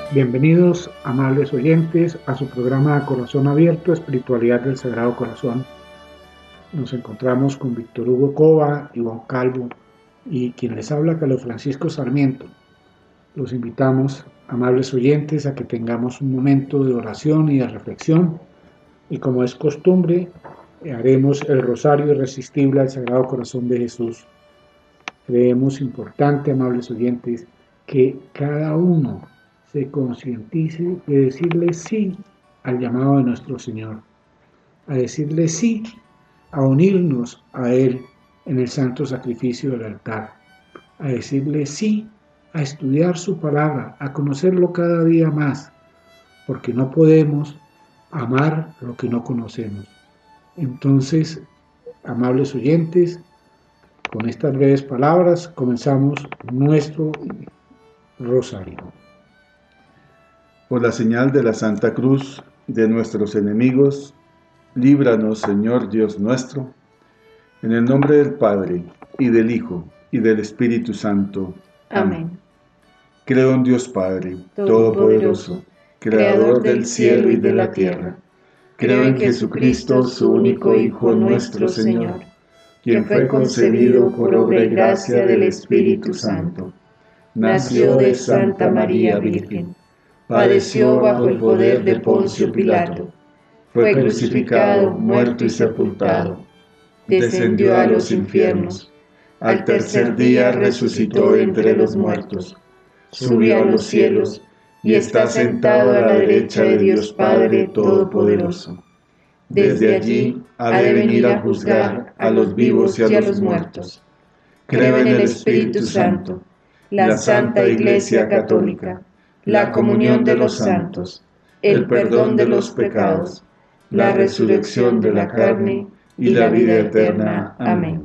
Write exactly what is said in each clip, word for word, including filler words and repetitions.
Bienvenidos, amables oyentes, a su programa Corazón Abierto, Espiritualidad del Sagrado Corazón. Nos encontramos con Víctor Hugo Cova, Iván Calvo y quien les habla, Carlos Francisco Sarmiento. Los invitamos, amables oyentes, a que tengamos un momento de oración y de reflexión y, como es costumbre, haremos el rosario irresistible al Sagrado Corazón de Jesús. Creemos importante, amables oyentes, que cada uno se concientice de decirle sí al llamado de nuestro Señor, a decirle sí a unirnos a Él en el santo sacrificio del altar, a decirle sí a estudiar su palabra, a conocerlo cada día más, porque no podemos amar lo que no conocemos. Entonces, amables oyentes, con estas breves palabras comenzamos nuestro rosario. Por la señal de la Santa Cruz de nuestros enemigos, líbranos, Señor Dios nuestro, en el nombre del Padre, y del Hijo, y del Espíritu Santo. Amén. Creo en Dios Padre, Todopoderoso, Creador del cielo y de la tierra. Creo en Jesucristo, su único Hijo, nuestro Señor, quien fue concebido por obra y gracia del Espíritu Santo. Nació de Santa María Virgen. Padeció bajo el poder de Poncio Pilato, fue crucificado, muerto y sepultado, descendió a los infiernos, al tercer día resucitó entre los muertos, subió a los cielos y está sentado a la derecha de Dios Padre Todopoderoso. Desde allí ha de venir a juzgar a los vivos y a los muertos. Creo en el Espíritu Santo, la Santa Iglesia Católica, la comunión de los santos, el perdón de los pecados, la resurrección de la carne y la vida eterna. Amén.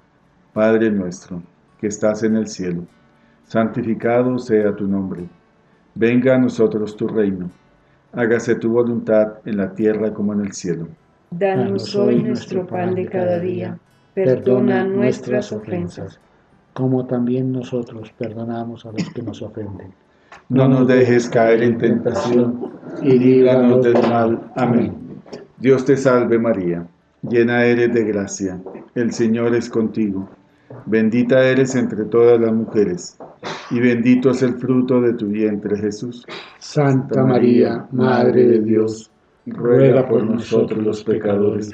Padre nuestro, que estás en el cielo, santificado sea tu nombre. Venga a nosotros tu reino. Hágase tu voluntad en la tierra como en el cielo. Danos hoy nuestro pan de cada día. Perdona nuestras ofensas, como también nosotros perdonamos a los que nos ofenden. No nos dejes caer en tentación, y líbranos del mal. Amén. Dios te salve María, llena eres de gracia, el Señor es contigo. Bendita eres entre todas las mujeres, y bendito es el fruto de tu vientre, Jesús. Santa María, Madre de Dios, ruega por nosotros los pecadores,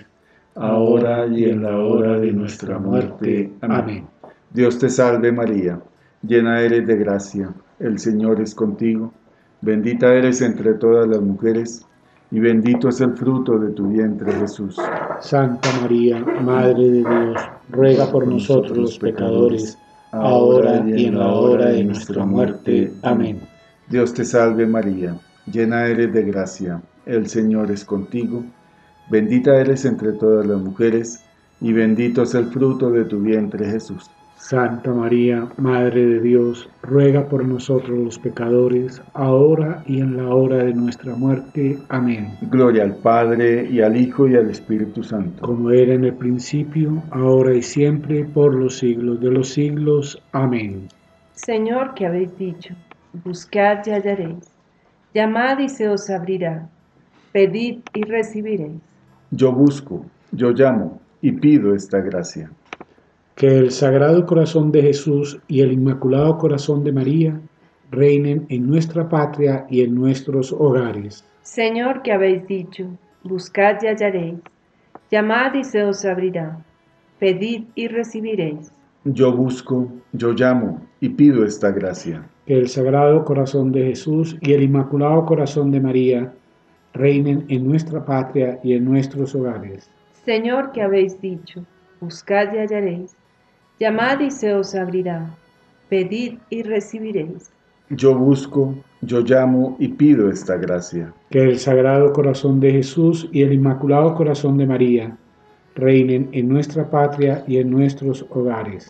ahora y en la hora de nuestra muerte. Amén. Dios te salve María, llena eres de gracia, el Señor es contigo. Bendita eres entre todas las mujeres, y bendito es el fruto de tu vientre, Jesús. Santa María, Madre de Dios, ruega por nosotros los pecadores, ahora y en la hora de nuestra muerte. Amén. Dios te salve María, llena eres de gracia, el Señor es contigo. Bendita eres entre todas las mujeres, y bendito es el fruto de tu vientre, Jesús. Santa María, Madre de Dios, ruega por nosotros los pecadores, ahora y en la hora de nuestra muerte. Amén. Gloria al Padre, y al Hijo, y al Espíritu Santo. Como era en el principio, ahora y siempre, por los siglos de los siglos. Amén. Señor, que habéis dicho, buscad y hallaréis, llamad y se os abrirá, pedid y recibiréis. Yo busco, yo llamo, y pido esta gracia. Que el Sagrado Corazón de Jesús y el Inmaculado Corazón de María reinen en nuestra patria y en nuestros hogares. Señor, que habéis dicho, buscad y hallaréis, llamad y se os abrirá, pedid y recibiréis. Yo busco, yo llamo, y pido esta gracia. Que el Sagrado Corazón de Jesús y el Inmaculado Corazón de María reinen en nuestra patria y en nuestros hogares. Señor, que habéis dicho, buscad y hallaréis, llamad y se os abrirá, pedid y recibiréis. Yo busco, yo llamo y pido esta gracia. Que el Sagrado Corazón de Jesús y el Inmaculado Corazón de María reinen en nuestra patria y en nuestros hogares.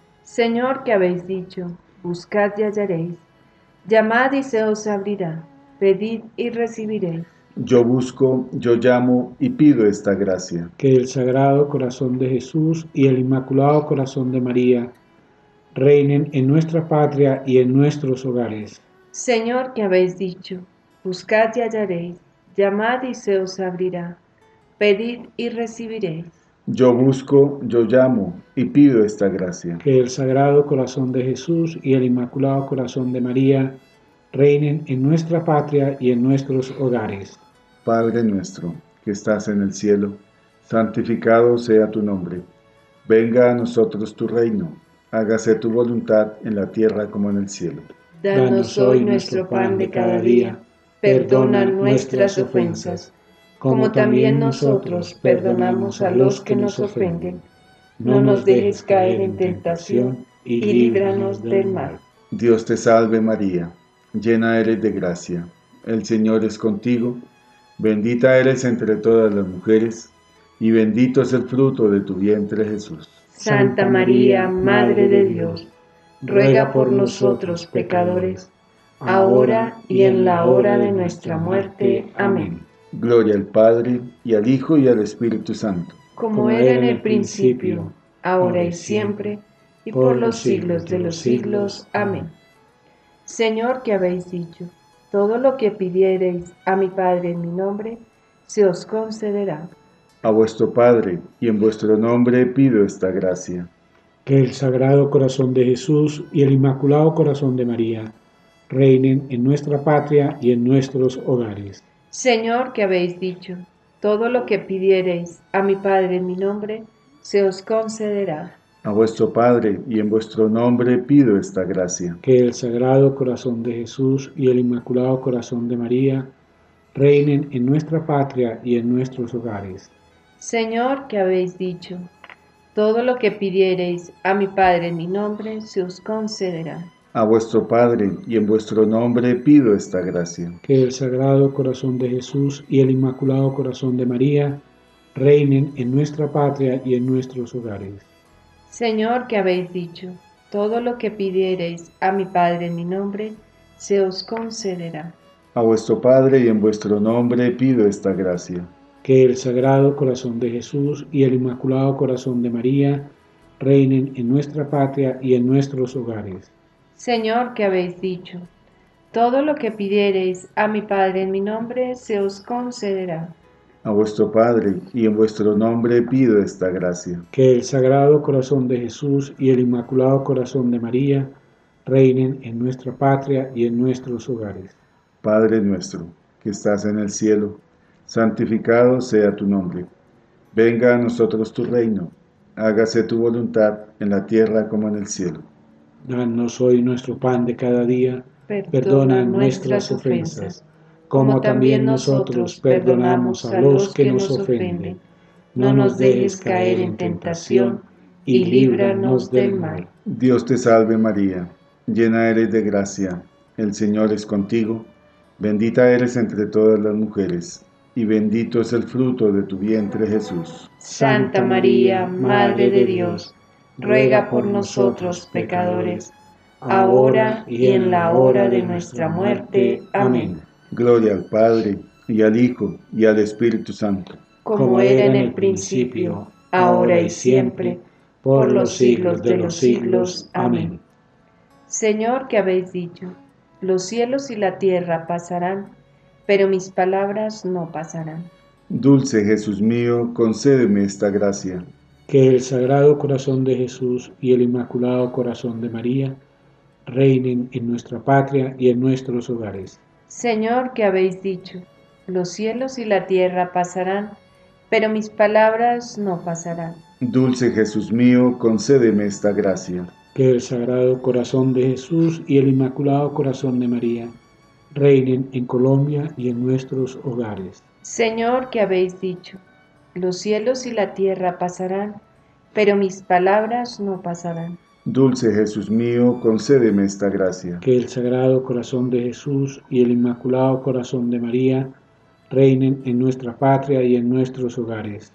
Señor, que habéis dicho, buscad y hallaréis, llamad y se os abrirá, pedid y recibiréis. Yo busco, yo llamo y pido esta gracia. Que el Sagrado Corazón de Jesús y el Inmaculado Corazón de María reinen en nuestra patria y en nuestros hogares. Señor, que habéis dicho, buscad y hallaréis, llamad y se os abrirá, pedid y recibiréis. Yo busco, yo llamo y pido esta gracia. Que el Sagrado Corazón de Jesús y el Inmaculado Corazón de María reinen en nuestra patria y en nuestros hogares. Padre nuestro, que estás en el cielo, santificado sea tu nombre. Venga a nosotros tu reino, hágase tu voluntad en la tierra como en el cielo. Danos hoy nuestro pan de cada día, perdona nuestras ofensas, como también nosotros perdonamos a los que nos ofenden. No nos dejes caer en tentación y líbranos del mal. Dios te salve María, llena eres de gracia, el Señor es contigo, bendita eres entre todas las mujeres, y bendito es el fruto de tu vientre Jesús. Santa María, Madre de Dios, ruega por nosotros pecadores, ahora y en la hora de nuestra muerte. Amén. Gloria al Padre, y al Hijo, y al Espíritu Santo. Como era en el principio, ahora y siempre, y por los siglos de los siglos. Amén. Señor, que habéis dicho, todo lo que pidiereis a mi Padre en mi nombre, se os concederá. A vuestro Padre, y en vuestro nombre pido esta gracia. Que el Sagrado Corazón de Jesús y el Inmaculado Corazón de María reinen en nuestra patria y en nuestros hogares. Señor, que habéis dicho, todo lo que pidiereis a mi Padre en mi nombre, se os concederá. A vuestro Padre, y en vuestro nombre pido esta gracia. Que el Sagrado Corazón de Jesús y el Inmaculado Corazón de María reinen en nuestra patria y en nuestros hogares. Señor, que habéis dicho, todo lo que pidiereis a mi Padre en mi nombre, se os concederá. A vuestro Padre, y en vuestro nombre pido esta gracia. Que el Sagrado Corazón de Jesús y el Inmaculado Corazón de María reinen en nuestra patria y en nuestros hogares. Señor, que habéis dicho, todo lo que pidiereis a mi Padre en mi nombre, se os concederá. A vuestro Padre, y en vuestro nombre pido esta gracia. Que el Sagrado Corazón de Jesús y el Inmaculado Corazón de María reinen en nuestra patria y en nuestros hogares. Señor, que habéis dicho, todo lo que pidiereis a mi Padre en mi nombre, se os concederá. A vuestro Padre, y en vuestro nombre pido esta gracia. Que el Sagrado Corazón de Jesús y el Inmaculado Corazón de María reinen en nuestra patria y en nuestros hogares. Padre nuestro, que estás en el cielo, santificado sea tu nombre. Venga a nosotros tu reino, hágase tu voluntad en la tierra como en el cielo. Danos hoy nuestro pan de cada día, Perdona, perdona nuestras ofensas, como también nosotros perdonamos a los que nos ofenden. No nos dejes caer en tentación y líbranos del mal. Dios te salve María, llena eres de gracia, el Señor es contigo, bendita eres entre todas las mujeres, y bendito es el fruto de tu vientre Jesús. Santa María, Madre de Dios, ruega por nosotros pecadores, ahora y en la hora de nuestra muerte. Amén. Gloria al Padre, y al Hijo, y al Espíritu Santo. Como era en el principio, ahora y siempre, por los siglos de los siglos. Amén. Señor, que habéis dicho, los cielos y la tierra pasarán, pero mis palabras no pasarán. Dulce Jesús mío, concédeme esta gracia. Que el Sagrado Corazón de Jesús y el Inmaculado Corazón de María reinen en nuestra patria y en nuestros hogares. Señor, que habéis dicho, los cielos y la tierra pasarán, pero mis palabras no pasarán. Dulce Jesús mío, concédeme esta gracia. Que el Sagrado Corazón de Jesús y el Inmaculado Corazón de María reinen en Colombia y en nuestros hogares. Señor, que habéis dicho, los cielos y la tierra pasarán, pero mis palabras no pasarán. Dulce Jesús mío, concédeme esta gracia. Que el Sagrado Corazón de Jesús y el Inmaculado Corazón de María reinen en nuestra patria y en nuestros hogares.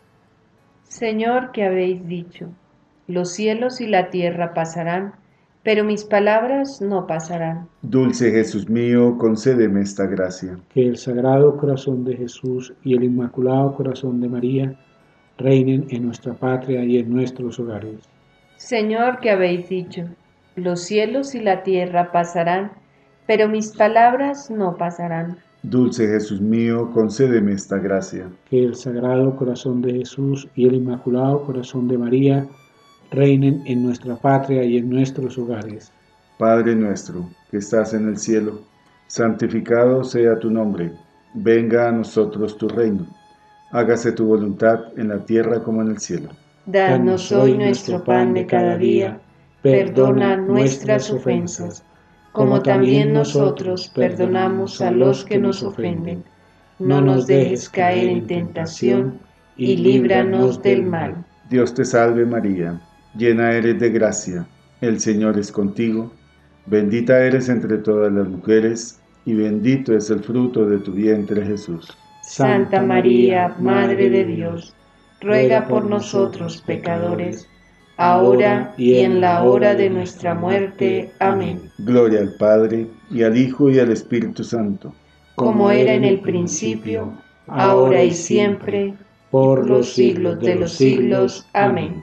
Señor, que habéis dicho, los cielos y la tierra pasarán, pero mis palabras no pasarán. Dulce Jesús mío, concédeme esta gracia. Que el Sagrado Corazón de Jesús y el Inmaculado Corazón de María reinen en nuestra patria y en nuestros hogares. Señor, que habéis dicho, los cielos y la tierra pasarán, pero mis palabras no pasarán. Dulce Jesús mío, concédeme esta gracia. Que el Sagrado Corazón de Jesús y el Inmaculado Corazón de María reinen en nuestra patria y en nuestros hogares. Padre nuestro, que estás en el cielo, santificado sea tu nombre. Venga a nosotros tu reino. Hágase tu voluntad en la tierra como en el cielo. Danos hoy nuestro pan de cada día. Perdona nuestras ofensas, como también nosotros perdonamos a los que nos ofenden. No nos dejes caer en tentación y líbranos del mal. Dios te salve María, llena eres de gracia, el Señor es contigo. Bendita eres entre todas las mujeres, y bendito es el fruto de tu vientre Jesús. Santa María, Madre de Dios, ruega por nosotros pecadores, ahora y en la hora de nuestra muerte. Amén. Gloria al Padre, y al Hijo, y al Espíritu Santo. Como era en el principio, ahora y siempre, por los siglos de los siglos. Amén.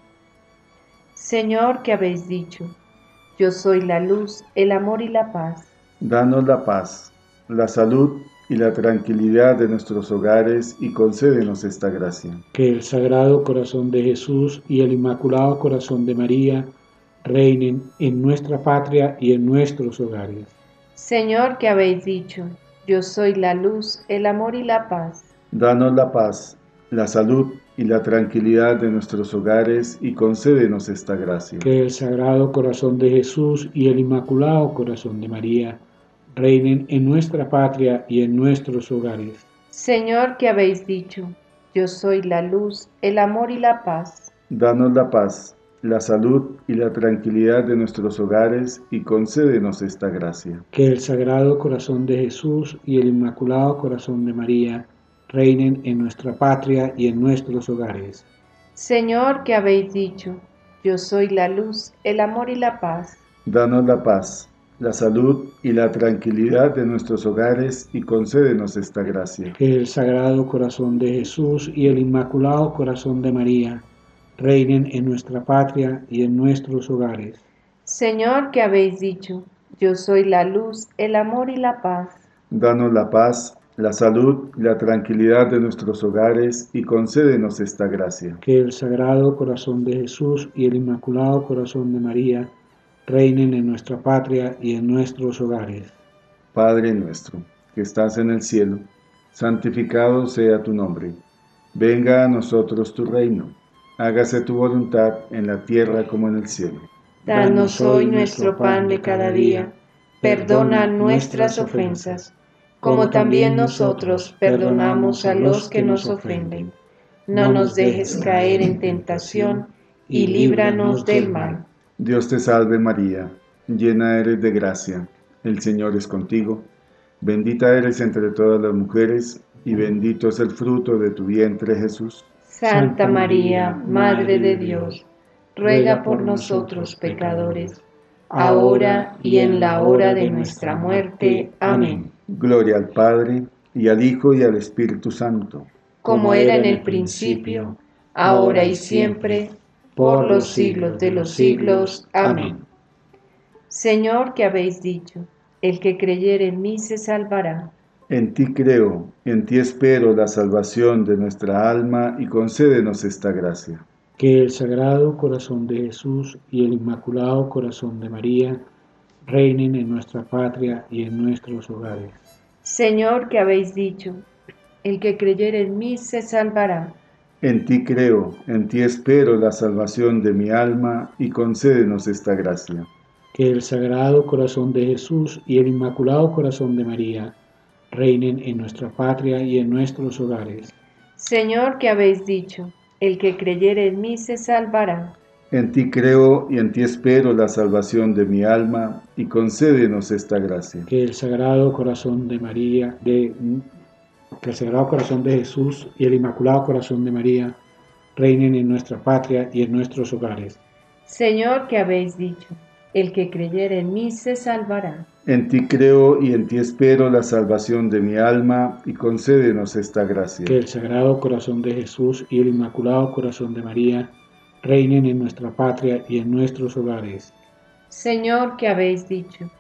Señor, que habéis dicho: yo soy la luz, el amor y la paz. Danos la paz, la salud y la tranquilidad de nuestros hogares, y concédenos esta gracia. Que el Sagrado Corazón de Jesús y el Inmaculado Corazón de María reinen en nuestra patria y en nuestros hogares. Señor, que habéis dicho: yo soy la luz, el amor y la paz. Danos la paz, la salud y la tranquilidad de nuestros hogares, y concédenos esta gracia. Que el Sagrado Corazón de Jesús y el Inmaculado Corazón de María reinen en nuestra patria y en nuestros hogares. Señor, que habéis dicho: yo soy la luz, el amor y la paz. Danos la paz, la salud y la tranquilidad de nuestros hogares, y concédenos esta gracia. Que el Sagrado Corazón de Jesús y el Inmaculado Corazón de María reinen en nuestra patria y en nuestros hogares. Señor, que habéis dicho: yo soy la luz, el amor y la paz. Danos la paz, la salud y la tranquilidad de nuestros hogares, y concédenos esta gracia. Que el Sagrado Corazón de Jesús y el Inmaculado Corazón de María reinen en nuestra patria y en nuestros hogares. Señor, que habéis dicho: yo soy la luz, el amor y la paz. Danos la paz, la salud y la tranquilidad de nuestros hogares, y concédenos esta gracia. Que el Sagrado Corazón de Jesús y el Inmaculado Corazón de María reinen en nuestra patria y en nuestros hogares. Padre nuestro, que estás en el cielo, santificado sea tu nombre. Venga a nosotros tu reino. Hágase tu voluntad en la tierra como en el cielo. Danos hoy nuestro pan de cada día. Perdona nuestras ofensas, como también nosotros perdonamos a los que nos ofenden. No nos dejes caer en tentación y líbranos del mal. Dios te salve María, llena eres de gracia, el Señor es contigo. Bendita eres entre todas las mujeres, y bendito es el fruto de tu vientre Jesús. Santa María, Madre de Dios, ruega por nosotros pecadores, ahora y en la hora de nuestra muerte. Amén. Gloria al Padre, y al Hijo, y al Espíritu Santo. Como era en el principio, ahora y siempre, por los siglos de los siglos. Amén. Señor, que habéis dicho: el que creyere en mí se salvará. En ti creo, en ti espero la salvación de nuestra alma, y concédenos esta gracia. Que el Sagrado Corazón de Jesús y el Inmaculado Corazón de María reinen en nuestra patria y en nuestros hogares. Señor, que habéis dicho: el que creyere en mí se salvará. En ti creo, en ti espero la salvación de mi alma, y concédenos esta gracia. Que el Sagrado Corazón de Jesús y el Inmaculado Corazón de María reinen en nuestra patria y en nuestros hogares. Señor, que habéis dicho: el que creyere en mí se salvará. En ti creo y en ti espero la salvación de mi alma, y concédenos esta gracia. Que el Sagrado Corazón de María, de, que el Sagrado Corazón de Jesús y el Inmaculado Corazón de María reinen en nuestra patria y en nuestros hogares. Señor, que habéis dicho: el que creyere en mí se salvará. En ti creo y en ti espero la salvación de mi alma, y concédenos esta gracia. Que el Sagrado Corazón de Jesús y el Inmaculado Corazón de María reinen en nuestra patria y en nuestros hogares. Señor, que habéis dicho: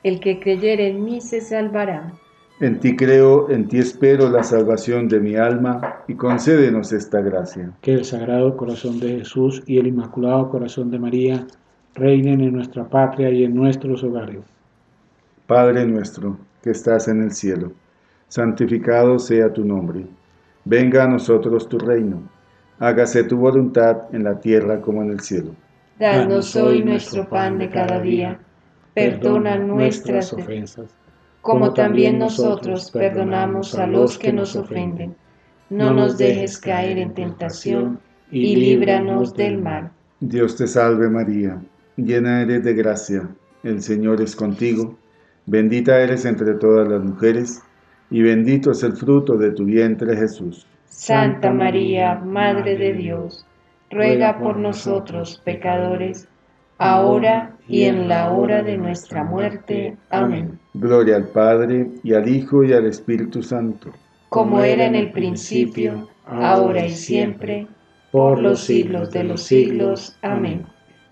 El que creyere en mí se salvará. En ti creo, en ti espero la salvación de mi alma, y concédenos esta gracia. Que el Sagrado Corazón de Jesús y el Inmaculado Corazón de María reinen en nuestra patria y en nuestros hogares. Padre nuestro, que estás en el cielo, santificado sea tu nombre. Venga a nosotros tu reino. Hágase tu voluntad en la tierra como en el cielo. Danos hoy nuestro pan de cada día. Perdona nuestras ofensas, como también nosotros perdonamos a los que nos ofenden. No nos dejes caer en tentación y líbranos del mal. Dios te salve María, llena eres de gracia, el Señor es contigo. Bendita eres entre todas las mujeres, y bendito es el fruto de tu vientre Jesús. Santa María, Madre de Dios, ruega por nosotros pecadores, ahora y en la hora de nuestra muerte. Amén. Gloria al Padre, y al Hijo, y al Espíritu Santo. Como era en el principio, ahora y siempre, por los siglos de los siglos. Amén.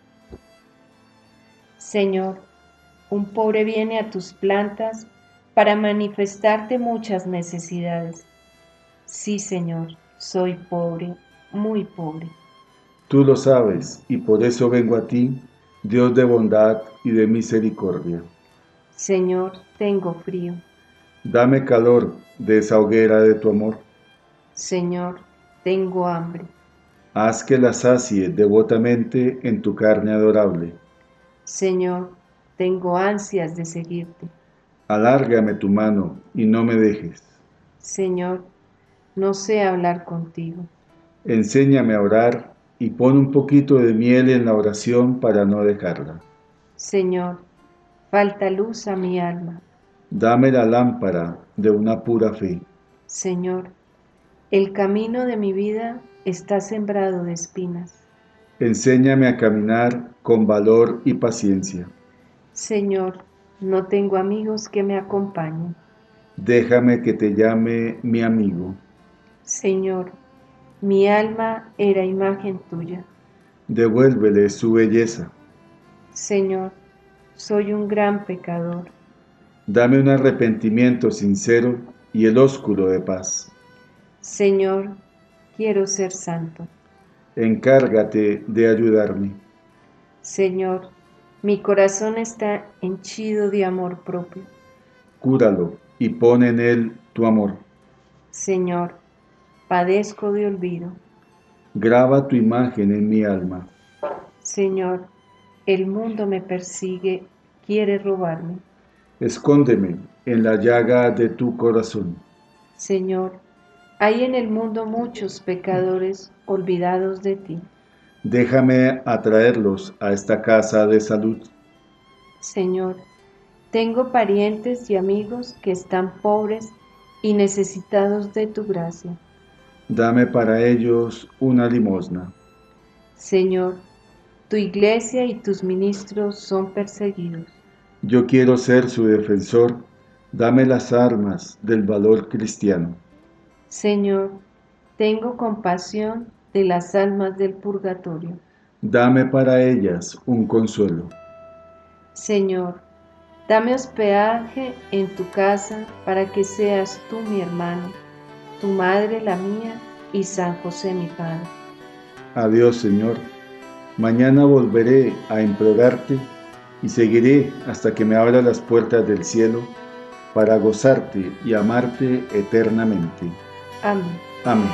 Señor, un pobre viene a tus plantas para manifestarte muchas necesidades. Sí, Señor, soy pobre, muy pobre. Tú lo sabes, y por eso vengo a ti, Dios de bondad y de misericordia. Señor, tengo frío. Dame calor de esa hoguera de tu amor. Señor, tengo hambre. Haz que la sacie devotamente en tu carne adorable. Señor, tengo ansias de seguirte. Alárgame tu mano y no me dejes. Señor, no sé hablar contigo. Enséñame a orar y pon un poquito de miel en la oración para no dejarla. Señor, falta luz a mi alma. Dame la lámpara de una pura fe. Señor, el camino de mi vida está sembrado de espinas. Enséñame a caminar con valor y paciencia. Señor, no tengo amigos que me acompañen. Déjame que te llame mi amigo. Señor, mi alma era imagen tuya. Devuélvele su belleza. Señor, soy un gran pecador. Dame un arrepentimiento sincero y el ósculo de paz. Señor, quiero ser santo. Encárgate de ayudarme. Señor, mi corazón está henchido de amor propio. Cúralo y pon en él tu amor. Señor, padezco de olvido. Graba tu imagen en mi alma. Señor, el mundo me persigue, quiere robarme. Escóndeme en la llaga de tu corazón. Señor, hay en el mundo muchos pecadores olvidados de ti. Déjame atraerlos a esta casa de salud. Señor, tengo parientes y amigos que están pobres y necesitados de tu gracia. Dame para ellos una limosna. Señor, tu iglesia y tus ministros son perseguidos. Yo quiero ser su defensor. Dame las armas del valor cristiano. Señor, tengo compasión de las almas del purgatorio. Dame para ellas un consuelo. Señor, dame hospedaje en tu casa para que seas tú mi hermano, tu madre la mía y San José mi Padre. Adiós, Señor. Mañana volveré a implorarte y seguiré hasta que me abra las puertas del cielo para gozarte y amarte eternamente. Amén. Amén.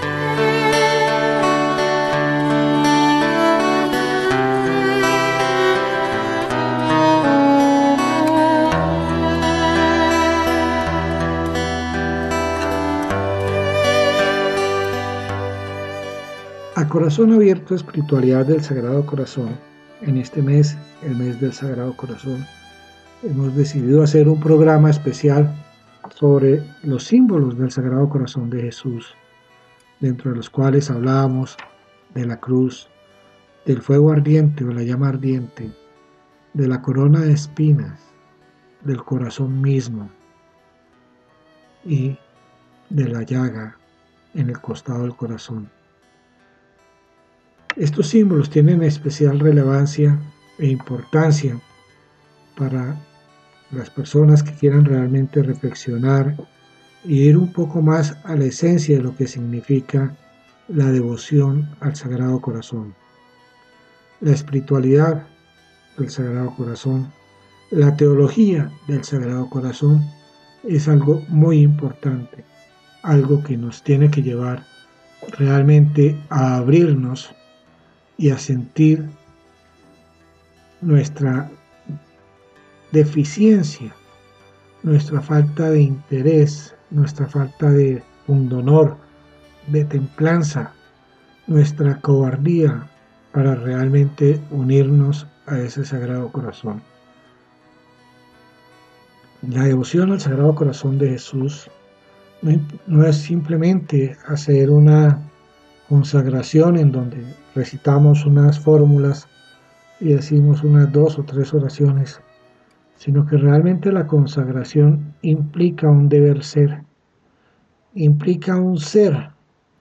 A Corazón Abierto, Espiritualidad del Sagrado Corazón, en este mes, el mes del Sagrado Corazón, hemos decidido hacer un programa especial sobre los símbolos del Sagrado Corazón de Jesús, dentro de los cuales hablábamos de la cruz, del fuego ardiente o la llama ardiente, de la corona de espinas, del corazón mismo y de la llaga en el costado del corazón. Estos símbolos tienen especial relevancia e importancia para las personas que quieran realmente reflexionar y ir un poco más a la esencia de lo que significa la devoción al Sagrado Corazón, la espiritualidad del Sagrado Corazón, la teología del Sagrado Corazón es algo muy importante, algo que nos tiene que llevar realmente a abrirnos y a sentir nuestra deficiencia, nuestra falta de interés, nuestra falta de pundonor, de templanza, nuestra cobardía para realmente unirnos a ese Sagrado Corazón. La devoción al Sagrado Corazón de Jesús no, no es simplemente hacer una consagración en donde recitamos unas fórmulas y decimos unas dos o tres oraciones, sino que realmente la consagración implica un deber ser, implica un ser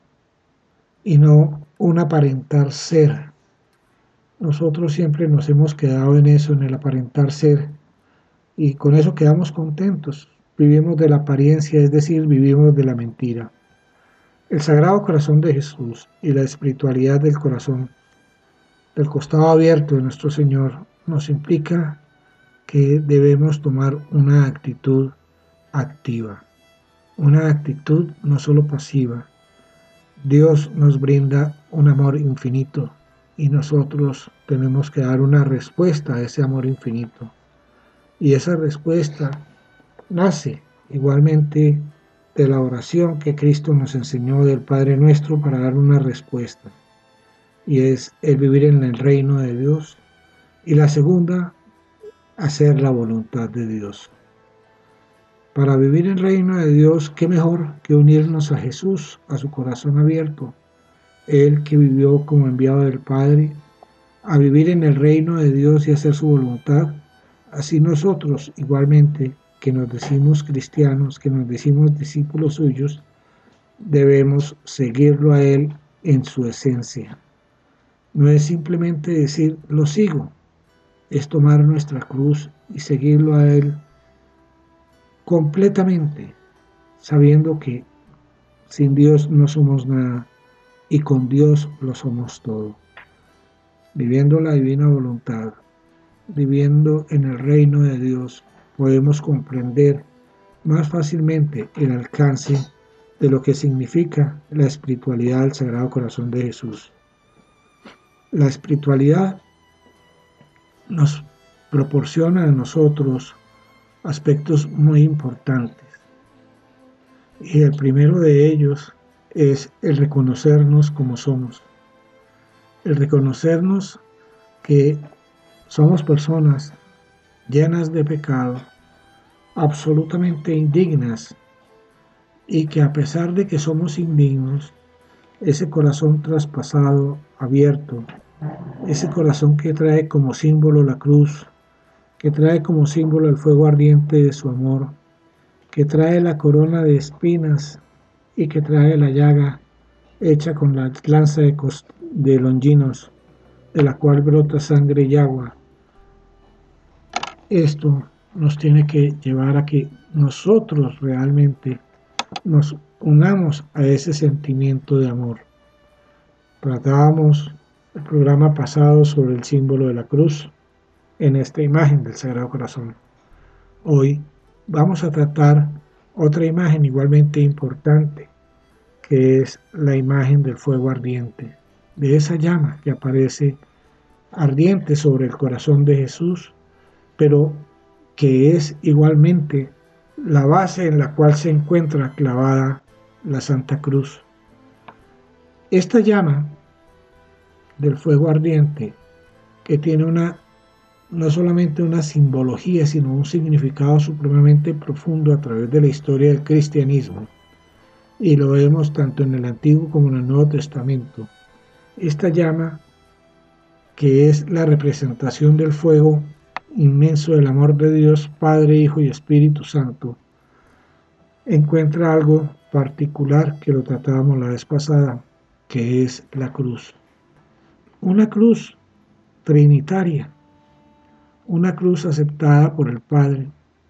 y no un aparentar ser. Nosotros siempre nos hemos quedado en eso, en el aparentar ser, y con eso quedamos contentos. Vivimos de la apariencia, es decir, vivimos de la mentira. El Sagrado Corazón de Jesús y la espiritualidad del corazón, del costado abierto de nuestro Señor, nos implica que debemos tomar una actitud activa, una actitud no solo pasiva. Dios nos brinda un amor infinito y nosotros tenemos que dar una respuesta a ese amor infinito. Y esa respuesta nace igualmente de la oración que Cristo nos enseñó del Padre Nuestro para dar una respuesta. Y es el vivir en el reino de Dios. Y la segunda, hacer la voluntad de Dios. Para vivir en el reino de Dios, qué mejor que unirnos a Jesús, a su corazón abierto. Él que vivió como enviado del Padre, a vivir en el reino de Dios y hacer su voluntad. Así nosotros, igualmente, que nos decimos cristianos, que nos decimos discípulos suyos, debemos seguirlo a Él en su esencia. No es simplemente decir, lo sigo, es tomar nuestra cruz y seguirlo a Él completamente, sabiendo que sin Dios no somos nada y con Dios lo somos todo. Viviendo la divina voluntad, viviendo en el reino de Dios, podemos comprender más fácilmente el alcance de lo que significa la espiritualidad del Sagrado Corazón de Jesús. La espiritualidad nos proporciona a nosotros aspectos muy importantes. Y el primero de ellos es el reconocernos como somos. El reconocernos que somos personas llenas de pecado, absolutamente indignas, y que a pesar de que somos indignos, ese corazón traspasado, abierto, ese corazón que trae como símbolo la cruz, que trae como símbolo el fuego ardiente de su amor, que trae la corona de espinas y que trae la llaga hecha con la lanza de, de longinos, de la cual brota sangre y agua. Esto nos tiene que llevar a que nosotros realmente nos unamos a ese sentimiento de amor. Tratábamos el programa pasado sobre el símbolo de la cruz en esta imagen del Sagrado Corazón. Hoy vamos a tratar otra imagen igualmente importante, que es la imagen del fuego ardiente, de esa llama que aparece ardiente sobre el corazón de Jesús, pero que es igualmente la base en la cual se encuentra clavada la Santa Cruz. Esta llama del fuego ardiente, que tiene una no solamente una simbología, sino un significado supremamente profundo a través de la historia del cristianismo, y lo vemos tanto en el Antiguo como en el Nuevo Testamento. Esta llama, que es la representación del fuego inmenso del amor de Dios, Padre, Hijo y Espíritu Santo, encuentra algo particular que lo tratábamos la vez pasada, que es la cruz. Una cruz trinitaria, una cruz aceptada por el Padre,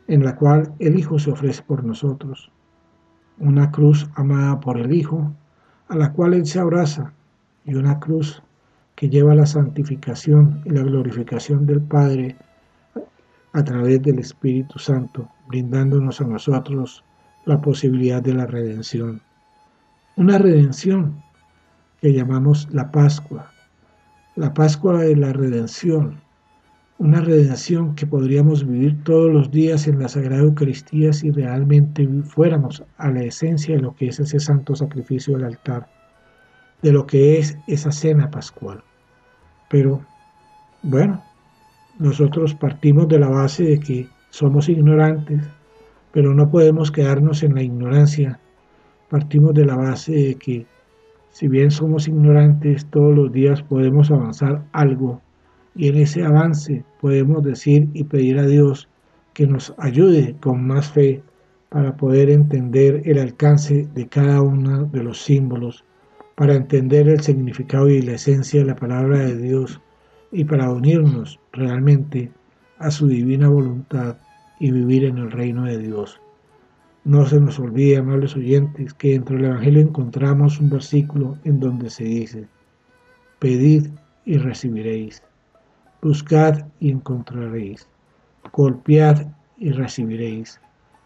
en la cual el Hijo se ofrece por nosotros. Una cruz amada por el Hijo, a la cual Él se abraza, y una cruz que lleva la santificación y la glorificación del Padre a través del Espíritu Santo, brindándonos a nosotros la posibilidad de la redención. Una redención que llamamos la Pascua, la Pascua de la redención, una redención que podríamos vivir todos los días en la Sagrada Eucaristía si realmente fuéramos a la esencia de lo que es ese santo sacrificio del altar, de lo que es esa cena pascual. Pero, bueno, nosotros partimos de la base de que somos ignorantes, pero no podemos quedarnos en la ignorancia. Partimos de la base de que, si bien somos ignorantes, todos los días podemos avanzar algo, y en ese avance podemos decir y pedir a Dios que nos ayude con más fe para poder entender el alcance de cada uno de los símbolos, para entender el significado y la esencia de la palabra de Dios, y para unirnos realmente a su divina voluntad y vivir en el reino de Dios. No se nos olvide, amables oyentes, que dentro del Evangelio encontramos un versículo en donde se dice: pedid y recibiréis, buscad y encontraréis, golpead y recibiréis.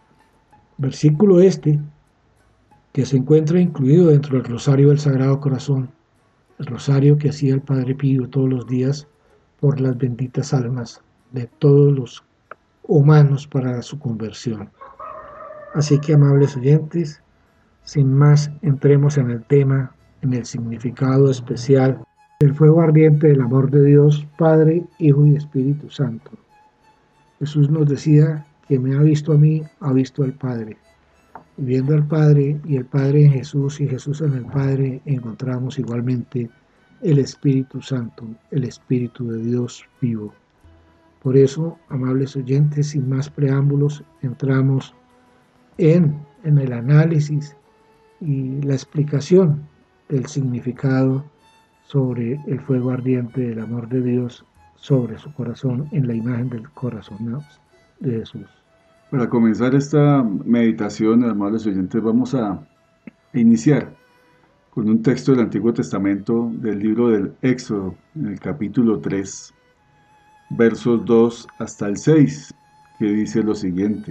Versículo este que se encuentra incluido dentro del rosario del Sagrado Corazón, el rosario que hacía el Padre Pío todos los días por las benditas almas de todos los humanos para su conversión. Así que, amables oyentes, sin más, entremos en el tema, en el significado especial del fuego ardiente del amor de Dios, Padre, Hijo y Espíritu Santo. Jesús nos decía: quien me ha visto a mí, ha visto al Padre. Y viendo al Padre, y el Padre en Jesús, y Jesús en el Padre, encontramos igualmente el Espíritu Santo, el Espíritu de Dios vivo. Por eso, amables oyentes, sin más preámbulos, entramos en, en el análisis y la explicación del significado sobre el fuego ardiente del amor de Dios sobre su corazón, en la imagen del corazón de Jesús. Para comenzar esta meditación, amables oyentes, vamos a iniciar con un texto del Antiguo Testamento del libro del Éxodo, en el capítulo tres, versos dos hasta el seis, que dice lo siguiente: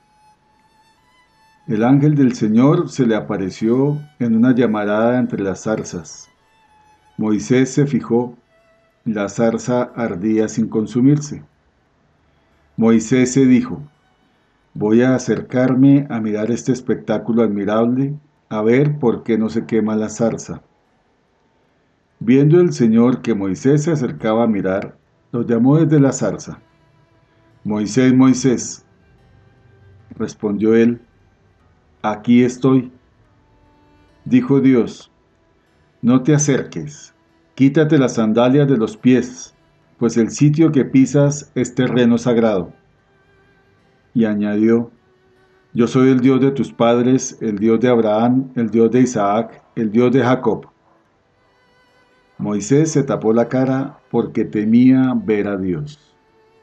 El ángel del Señor se le apareció en una llamarada entre las zarzas. Moisés se fijó, la zarza ardía sin consumirse. Moisés se dijo: voy a acercarme a mirar este espectáculo admirable, a ver por qué no se quema la zarza. Viendo el Señor que Moisés se acercaba a mirar, lo llamó desde la zarza. Moisés, Moisés. Respondió él: aquí estoy. Dijo Dios: no te acerques, quítate las sandalias de los pies, pues el sitio que pisas es terreno sagrado. Y añadió: yo soy el Dios de tus padres, el Dios de Abraham, el Dios de Isaac, el Dios de Jacob. Moisés se tapó la cara porque temía ver a Dios.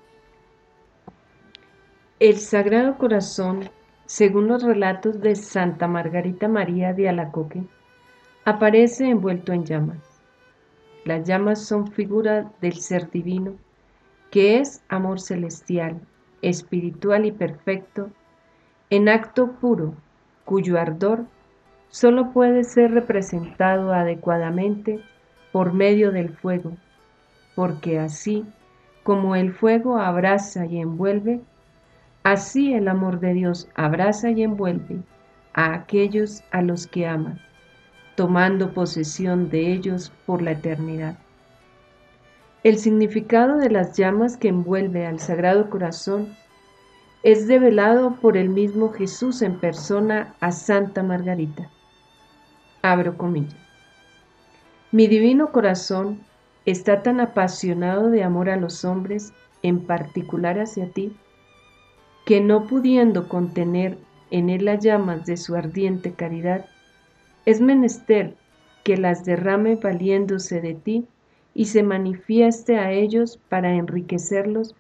El Sagrado Corazón, según los relatos de Santa Margarita María de Alacoque, aparece envuelto en llamas. Las llamas son figura del ser divino, que es amor celestial, espiritual y perfecto, en acto puro, cuyo ardor solo puede ser representado adecuadamente por medio del fuego, porque así como el fuego abraza y envuelve, así el amor de Dios abraza y envuelve a aquellos a los que ama, tomando posesión de ellos por la eternidad. El significado de las llamas que envuelve al Sagrado Corazón es develado por el mismo Jesús en persona a Santa Margarita. Abro comillas. Mi divino corazón está tan apasionado de amor a los hombres, en particular hacia ti, que no pudiendo contener en él las llamas de su ardiente caridad, es menester que las derrame valiéndose de ti y se manifieste a ellos para enriquecerlos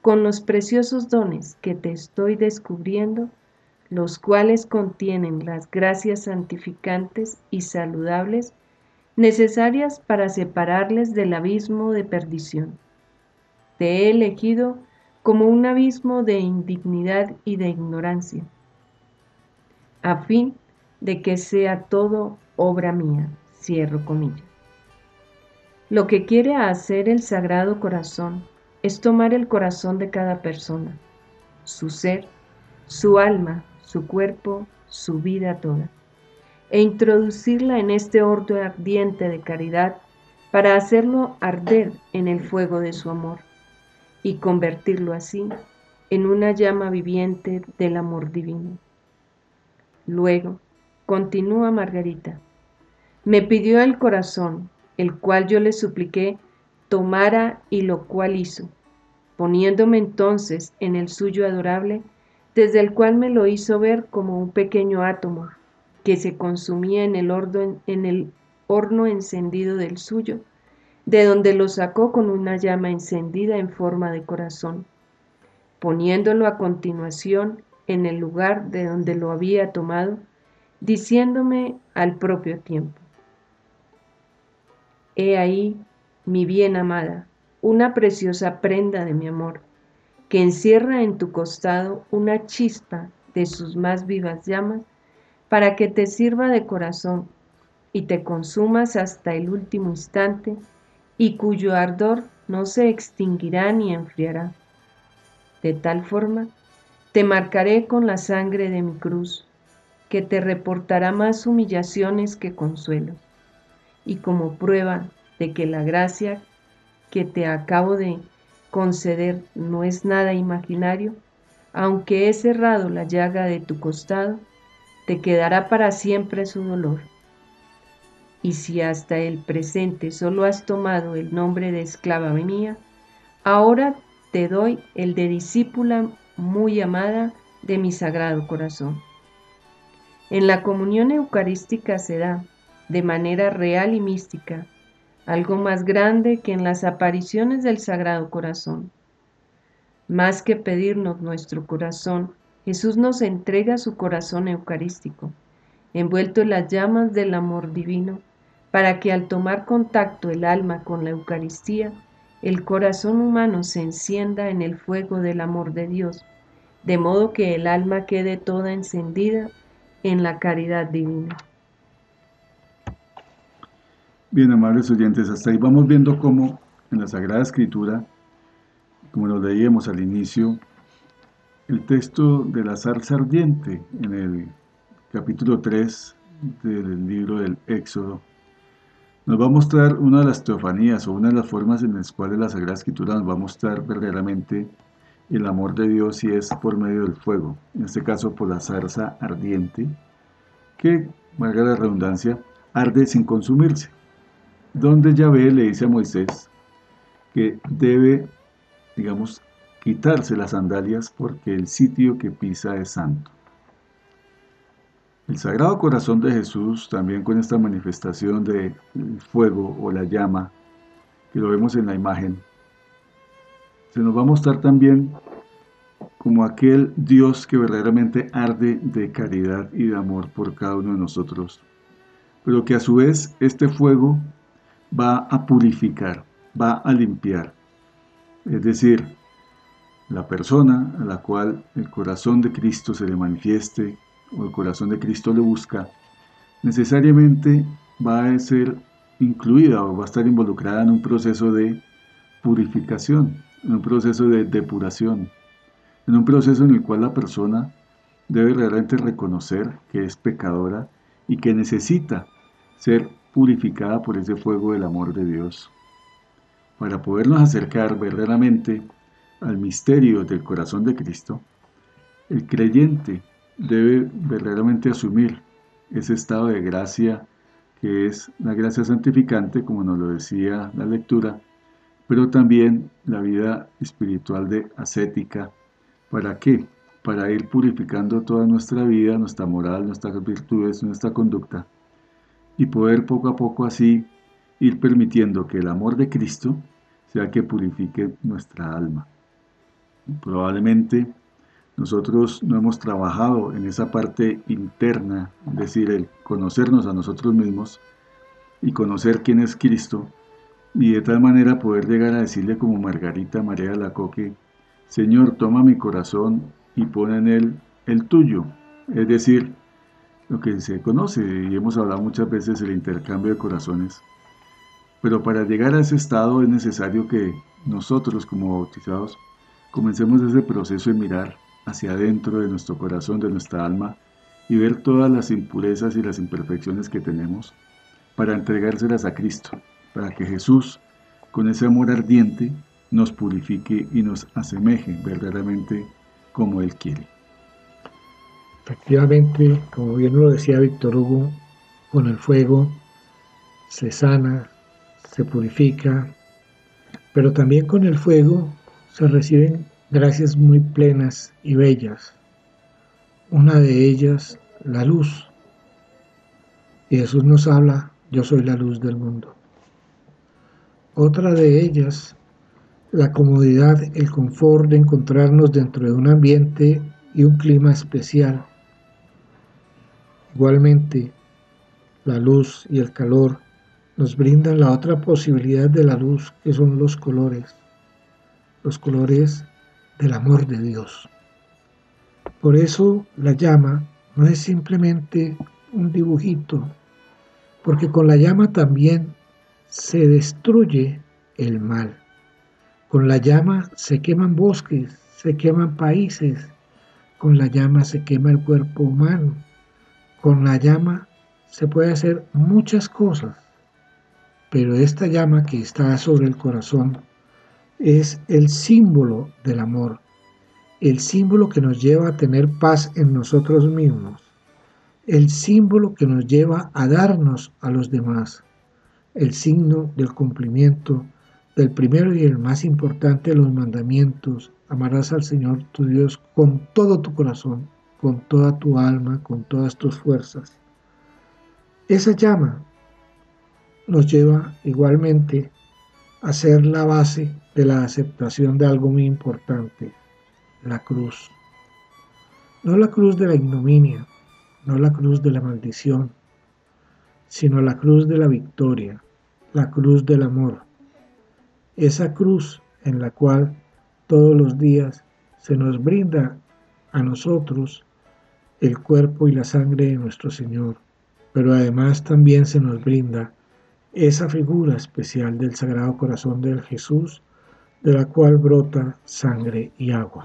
con los preciosos dones que te estoy descubriendo, los cuales contienen las gracias santificantes y saludables necesarias para separarles del abismo de perdición. Te he elegido como un abismo de indignidad y de ignorancia, a fin de que sea todo obra mía, cierro comillas. Lo que quiere hacer el Sagrado Corazón es tomar el corazón de cada persona, su ser, su alma, su cuerpo, su vida toda, e introducirla en este horno ardiente de caridad para hacerlo arder en el fuego de su amor y convertirlo así en una llama viviente del amor divino. Luego, continúa Margarita, me pidió el corazón, el cual yo le supliqué tomara y lo cual hizo, poniéndome entonces en el suyo adorable, desde el cual me lo hizo ver como un pequeño átomo que se consumía en el horno, en el horno encendido del suyo, de donde lo sacó con una llama encendida en forma de corazón, poniéndolo a continuación en el lugar de donde lo había tomado, diciéndome al propio tiempo: he ahí, mi bien amada, una preciosa prenda de mi amor, que encierra en tu costado una chispa de sus más vivas llamas, para que te sirva de corazón y te consumas hasta el último instante, y cuyo ardor no se extinguirá ni enfriará. De tal forma, te marcaré con la sangre de mi cruz, que te reportará más humillaciones que consuelos, y como prueba de que la gracia que te acabo de conceder no es nada imaginario, aunque he cerrado la llaga de tu costado, te quedará para siempre su dolor. Y si hasta el presente solo has tomado el nombre de esclava mía, ahora te doy el de discípula muy amada de mi Sagrado Corazón. En la comunión eucarística se da, de manera real y mística, algo más grande que en las apariciones del Sagrado Corazón. Más que pedirnos nuestro corazón, Jesús nos entrega su corazón eucarístico, envuelto en las llamas del amor divino, para que al tomar contacto el alma con la Eucaristía, el corazón humano se encienda en el fuego del amor de Dios, de modo que el alma quede toda encendida en la caridad divina. Bien, amables oyentes, hasta ahí vamos viendo cómo en la Sagrada Escritura, como lo leíamos al inicio, el texto de la zarza ardiente en el capítulo tres del libro del Éxodo, nos va a mostrar una de las teofanías o una de las formas en las cuales la Sagrada Escritura nos va a mostrar verdaderamente el amor de Dios, y es por medio del fuego, en este caso por la zarza ardiente, que, valga la redundancia, arde sin consumirse, donde Yahvé le dice a Moisés que debe, digamos, quitarse las sandalias porque el sitio que pisa es santo. El Sagrado Corazón de Jesús, también con esta manifestación del fuego o la llama, que lo vemos en la imagen, se nos va a mostrar también como aquel Dios que verdaderamente arde de caridad y de amor por cada uno de nosotros, pero que a su vez este fuego va a purificar, va a limpiar. Es decir, la persona a la cual el corazón de Cristo se le manifieste o el corazón de Cristo le busca, necesariamente va a ser incluida o va a estar involucrada en un proceso de purificación, en un proceso de depuración, en un proceso en el cual la persona debe realmente reconocer que es pecadora y que necesita ser purificada por ese fuego del amor de Dios. Para podernos acercar verdaderamente al misterio del corazón de Cristo, el creyente debe verdaderamente asumir ese estado de gracia que es la gracia santificante, como nos lo decía la lectura, pero también la vida espiritual de ascética. ¿Para qué? Para ir purificando toda nuestra vida, nuestra moral, nuestras virtudes, nuestra conducta, y poder poco a poco así ir permitiendo que el amor de Cristo sea que purifique nuestra alma. Probablemente nosotros no hemos trabajado en esa parte interna, es decir, el conocernos a nosotros mismos y conocer quién es Cristo, y de tal manera poder llegar a decirle como Margarita María Alacoque: Señor, toma mi corazón y pon en él el tuyo. Es decir, lo que se conoce y hemos hablado muchas veces, el intercambio de corazones. Pero para llegar a ese estado es necesario que nosotros como bautizados comencemos ese proceso de mirar hacia adentro de nuestro corazón, de nuestra alma, y ver todas las impurezas y las imperfecciones que tenemos para entregárselas a Cristo, para que Jesús, con ese amor ardiente, nos purifique y nos asemeje verdaderamente como Él quiere. Efectivamente, como bien lo decía Víctor Hugo, con el fuego se sana, se purifica, pero también con el fuego se reciben gracias muy plenas y bellas. Una de ellas, la luz. Y Jesús nos habla: yo soy la luz del mundo. Otra de ellas, la comodidad, el confort de encontrarnos dentro de un ambiente y un clima especial. Igualmente, la luz y el calor nos brindan la otra posibilidad de la luz, que son los colores, los colores del amor de Dios. Por eso la llama no es simplemente un dibujito, porque con la llama también se destruye el mal. Con la llama se queman bosques, se queman países, con la llama se quema el cuerpo humano, con la llama se puede hacer muchas cosas, pero esta llama que está sobre el corazón es el símbolo del amor, el símbolo que nos lleva a tener paz en nosotros mismos, el símbolo que nos lleva a darnos a los demás, el signo del cumplimiento del primero y el más importante de los mandamientos: amarás al Señor tu Dios con todo tu corazón, con toda tu alma, con todas tus fuerzas. Esa llama nos lleva igualmente a ser la base de la aceptación de algo muy importante: la cruz. No la cruz de la ignominia, no la cruz de la maldición, sino la cruz de la victoria, la cruz del amor. Esa cruz en la cual todos los días se nos brinda a nosotros el cuerpo y la sangre de nuestro Señor, pero además también se nos brinda esa figura especial del Sagrado Corazón de Jesús, de la cual brota sangre y agua.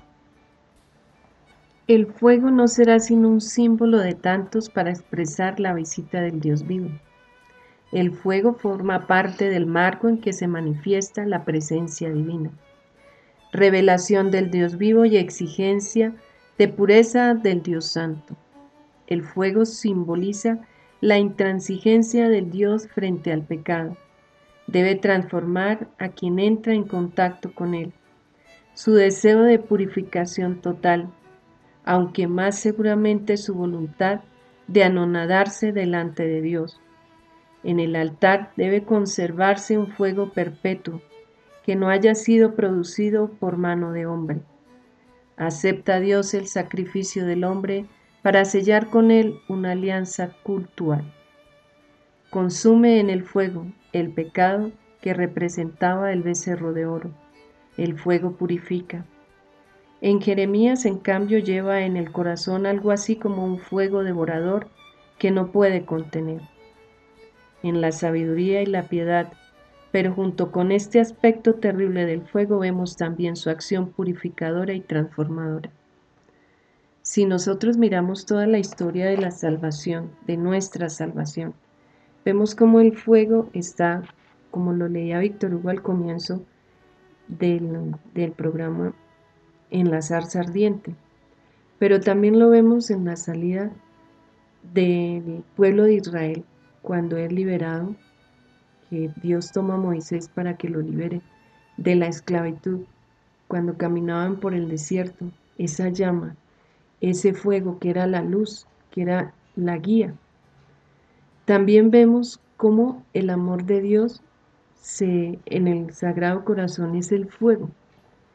El fuego no será sino un símbolo de tantos para expresar la visita del Dios vivo. El fuego forma parte del marco en que se manifiesta la presencia divina, revelación del Dios vivo y exigencia de pureza del Dios santo. El fuego simboliza la intransigencia del Dios frente al pecado. Debe transformar a quien entra en contacto con él. Su deseo de purificación total, aunque más seguramente su voluntad de anonadarse delante de Dios. En el altar debe conservarse un fuego perpetuo, que no haya sido producido por mano de hombre. Acepta Dios el sacrificio del hombre para sellar con él una alianza cultural. Consume en el fuego el pecado que representaba el becerro de oro. El fuego purifica. En Jeremías, en cambio, lleva en el corazón algo así como un fuego devorador que no puede contener. En la sabiduría y la piedad, pero junto con este aspecto terrible del fuego vemos también su acción purificadora y transformadora. Si nosotros miramos toda la historia de la salvación, de nuestra salvación, vemos cómo el fuego está, como lo leía Víctor Hugo al comienzo del, del programa, en la zarza ardiente, pero también lo vemos en la salida del pueblo de Israel, cuando es liberado, que Dios toma a Moisés para que lo libere de la esclavitud, cuando caminaban por el desierto, esa llama, ese fuego que era la luz, que era la guía. También vemos cómo el amor de Dios se, en el Sagrado Corazón es el fuego,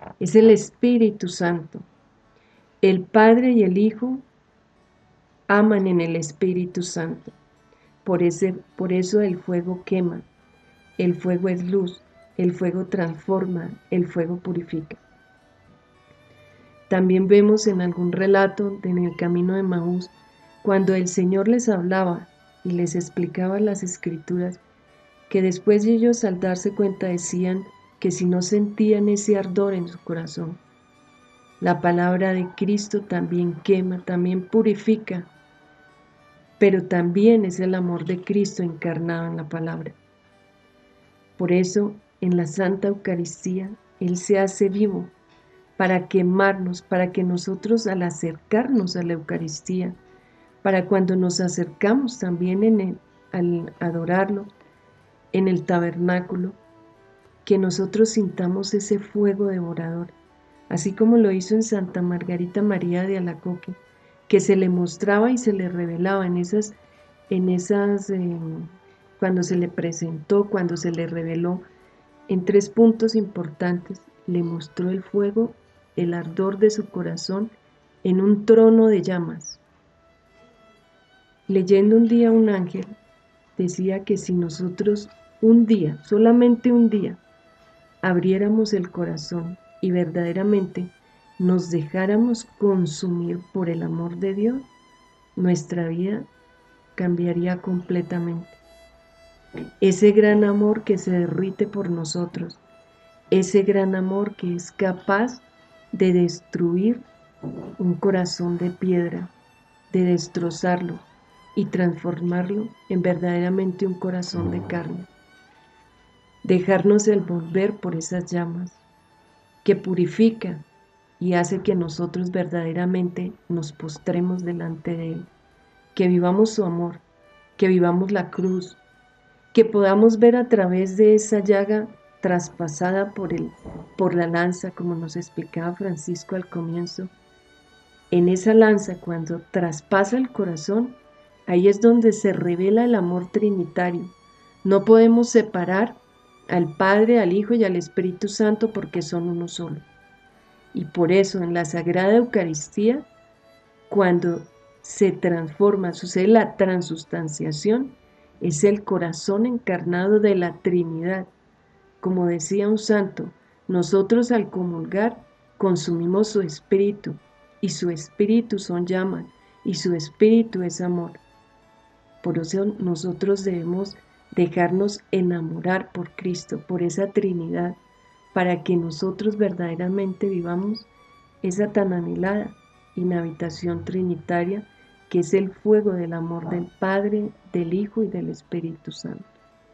Es el Espíritu Santo. El Padre y el Hijo aman en el Espíritu Santo. Por, ese, por eso el fuego quema, el fuego es luz, el fuego transforma, el fuego purifica. También vemos en algún relato de en el camino de Maús, cuando el Señor les hablaba y les explicaba las Escrituras, que después de ellos al darse cuenta decían que si no sentían ese ardor en su corazón, la palabra de Cristo también quema, también purifica, pero también es el amor de Cristo encarnado en la palabra. Por eso, en la Santa Eucaristía, Él se hace vivo para quemarnos, para que nosotros al acercarnos a la Eucaristía, para cuando nos acercamos también en el, al adorarlo, en el tabernáculo, que nosotros sintamos ese fuego devorador, así como lo hizo en Santa Margarita María de Alacoque, que se le mostraba y se le revelaba en esas, en esas eh, cuando se le presentó, cuando se le reveló, en tres puntos importantes, le mostró el fuego, el ardor de su corazón, en un trono de llamas. Leyendo un día un ángel, decía que si nosotros un día, solamente un día, abriéramos el corazón y verdaderamente nos dejáramos consumir por el amor de Dios, nuestra vida cambiaría completamente. Ese gran amor que se derrite por nosotros, ese gran amor que es capaz de destruir un corazón de piedra, de destrozarlo y transformarlo en verdaderamente un corazón de carne. Dejarnos envolver por esas llamas que purifica y hace que nosotros verdaderamente nos postremos delante de Él, que vivamos su amor, que vivamos la cruz, que podamos ver a través de esa llaga traspasada por, el, por la lanza, como nos explicaba Francisco al comienzo. En esa lanza, cuando traspasa el corazón, ahí es donde se revela el amor trinitario. No podemos separar al Padre, al Hijo y al Espíritu Santo porque son uno solo. Y por eso en la Sagrada Eucaristía, cuando se transforma, sucede la transustanciación, es el corazón encarnado de la Trinidad. Como decía un santo, nosotros al comulgar consumimos su espíritu, y su espíritu son llamas, y su espíritu es amor. Por eso nosotros debemos dejarnos enamorar por Cristo, por esa Trinidad, para que nosotros verdaderamente vivamos esa tan anhelada inhabitación trinitaria que es el fuego del amor del Padre, del Hijo y del Espíritu Santo.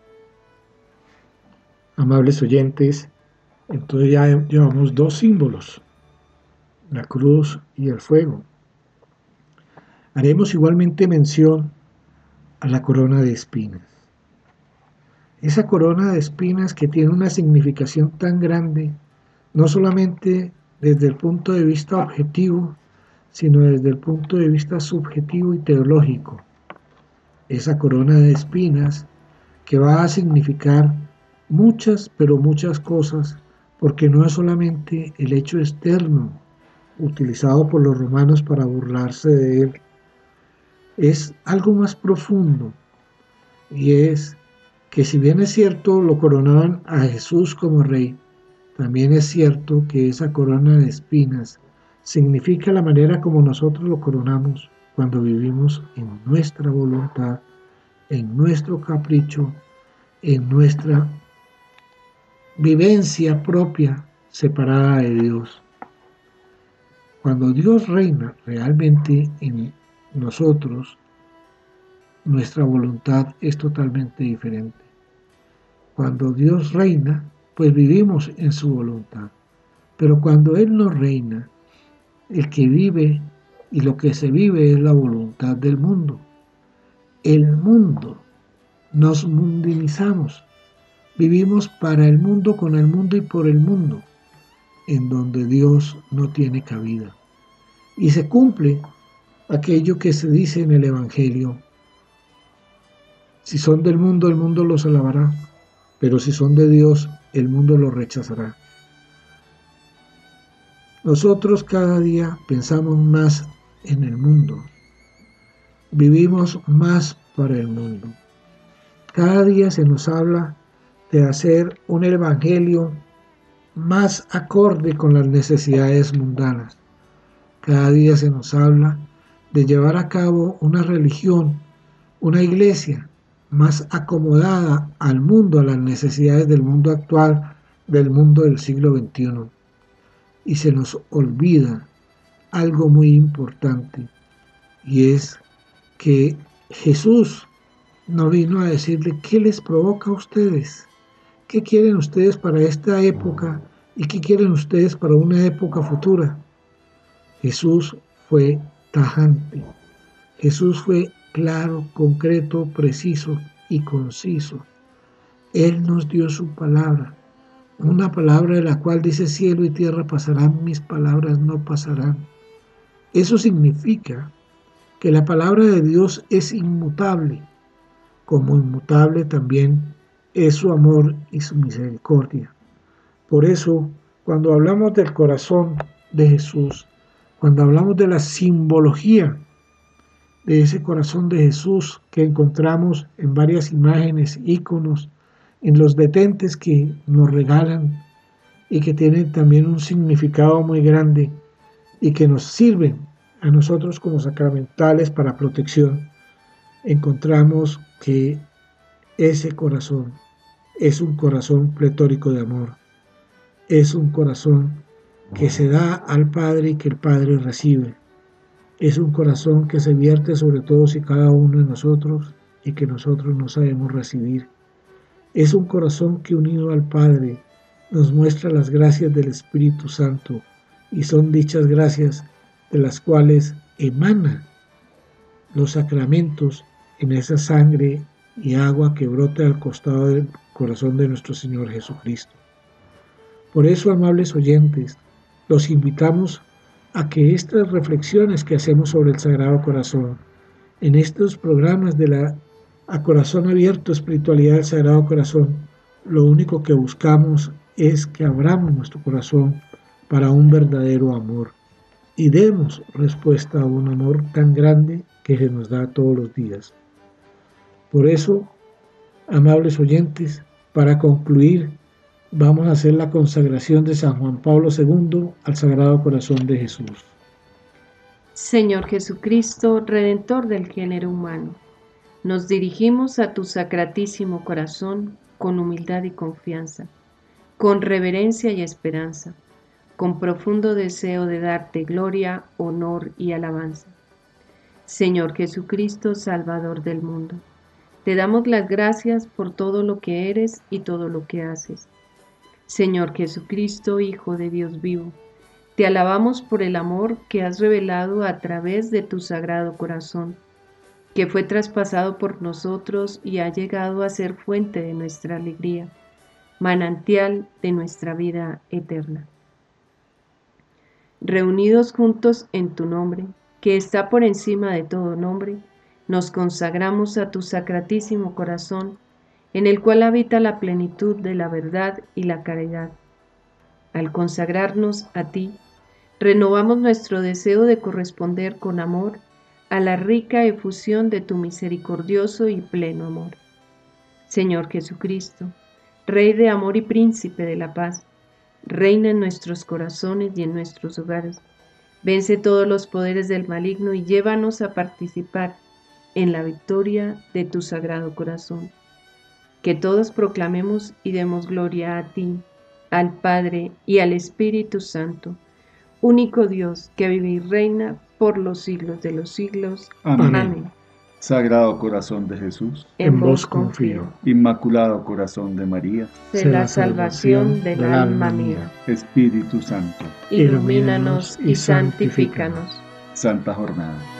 Amables oyentes, entonces ya llevamos dos símbolos, la cruz y el fuego. Haremos igualmente mención a la corona de espinas. Esa corona de espinas que tiene una significación tan grande, no solamente desde el punto de vista objetivo, sino desde el punto de vista subjetivo y teológico. Esa corona de espinas que va a significar muchas, pero muchas cosas, porque no es solamente el hecho externo utilizado por los romanos para burlarse de él, es algo más profundo, y es que si bien es cierto lo coronaban a Jesús como rey, también es cierto que esa corona de espinas significa la manera como nosotros lo coronamos cuando vivimos en nuestra voluntad, en nuestro capricho, en nuestra vivencia propia separada de Dios. Cuando Dios reina realmente en nosotros, nuestra voluntad es totalmente diferente. Cuando Dios reina, pues vivimos en su voluntad. Pero cuando Él no reina, el que vive y lo que se vive es la voluntad del mundo. El mundo, nos mundinizamos, vivimos para el mundo, con el mundo y por el mundo, en donde Dios no tiene cabida. Y se cumple aquello que se dice en el Evangelio: si son del mundo, el mundo los alabará, pero si son de Dios, el mundo los rechazará. Nosotros cada día pensamos más en el mundo, vivimos más para el mundo. Cada día se nos habla de hacer un evangelio más acorde con las necesidades mundanas. Cada día se nos habla de llevar a cabo una religión, una iglesia más acomodada al mundo, a las necesidades del mundo actual, del mundo del siglo veintiuno. Y se nos olvida algo muy importante, y es que Jesús no vino a decirle qué les provoca a ustedes, qué quieren ustedes para esta época y qué quieren ustedes para una época futura. Jesús fue tajante, Jesús fue claro, concreto, preciso y conciso. Él nos dio su palabra, una palabra de la cual dice: cielo y tierra pasarán, mis palabras no pasarán. Eso significa que la palabra de Dios es inmutable, como inmutable también es su amor y su misericordia. Por eso, cuando hablamos del corazón de Jesús, cuando hablamos de la simbología de ese corazón de Jesús que encontramos en varias imágenes, íconos, en los detentes que nos regalan y que tienen también un significado muy grande y que nos sirven a nosotros como sacramentales para protección, encontramos que ese corazón es un corazón pletórico de amor, es un corazón que se da al Padre y que el Padre recibe, es un corazón que se vierte sobre todos y cada uno de nosotros y que nosotros no sabemos recibir. Es un corazón que, unido al Padre, nos muestra las gracias del Espíritu Santo, y son dichas gracias de las cuales emanan los sacramentos en esa sangre y agua que brota al costado del corazón de nuestro Señor Jesucristo. Por eso, amables oyentes, los invitamos a que estas reflexiones que hacemos sobre el Sagrado Corazón, en estos programas de la A Corazón Abierto, Espiritualidad del Sagrado Corazón, lo único que buscamos es que abramos nuestro corazón para un verdadero amor y demos respuesta a un amor tan grande que se nos da todos los días. Por eso, amables oyentes, para concluir, vamos a hacer la consagración de San Juan Pablo segundo al Sagrado Corazón de Jesús. Señor Jesucristo, Redentor del género humano, nos dirigimos a tu sacratísimo corazón con humildad y confianza, con reverencia y esperanza, con profundo deseo de darte gloria, honor y alabanza. Señor Jesucristo, Salvador del mundo, te damos las gracias por todo lo que eres y todo lo que haces. Señor Jesucristo, Hijo de Dios vivo, te alabamos por el amor que has revelado a través de tu Sagrado Corazón, que fue traspasado por nosotros y ha llegado a ser fuente de nuestra alegría, manantial de nuestra vida eterna. Reunidos juntos en tu nombre, que está por encima de todo nombre, nos consagramos a tu sacratísimo corazón, en el cual habita la plenitud de la verdad y la caridad. Al consagrarnos a ti, renovamos nuestro deseo de corresponder con amor a la rica efusión de tu misericordioso y pleno amor. Señor Jesucristo, Rey de amor y Príncipe de la paz, reina en nuestros corazones y en nuestros hogares. Vence todos los poderes del maligno y llévanos a participar en la victoria de tu Sagrado Corazón. Que todos proclamemos y demos gloria a ti, al Padre y al Espíritu Santo, único Dios que vive y reina por los siglos de los siglos. Amén. Amén. Sagrado Corazón de Jesús, En vos confío. Inmaculado Corazón de María, Sé la salvación del alma mía. Espíritu Santo, Ilumínanos y santifícanos. Santa Jornada.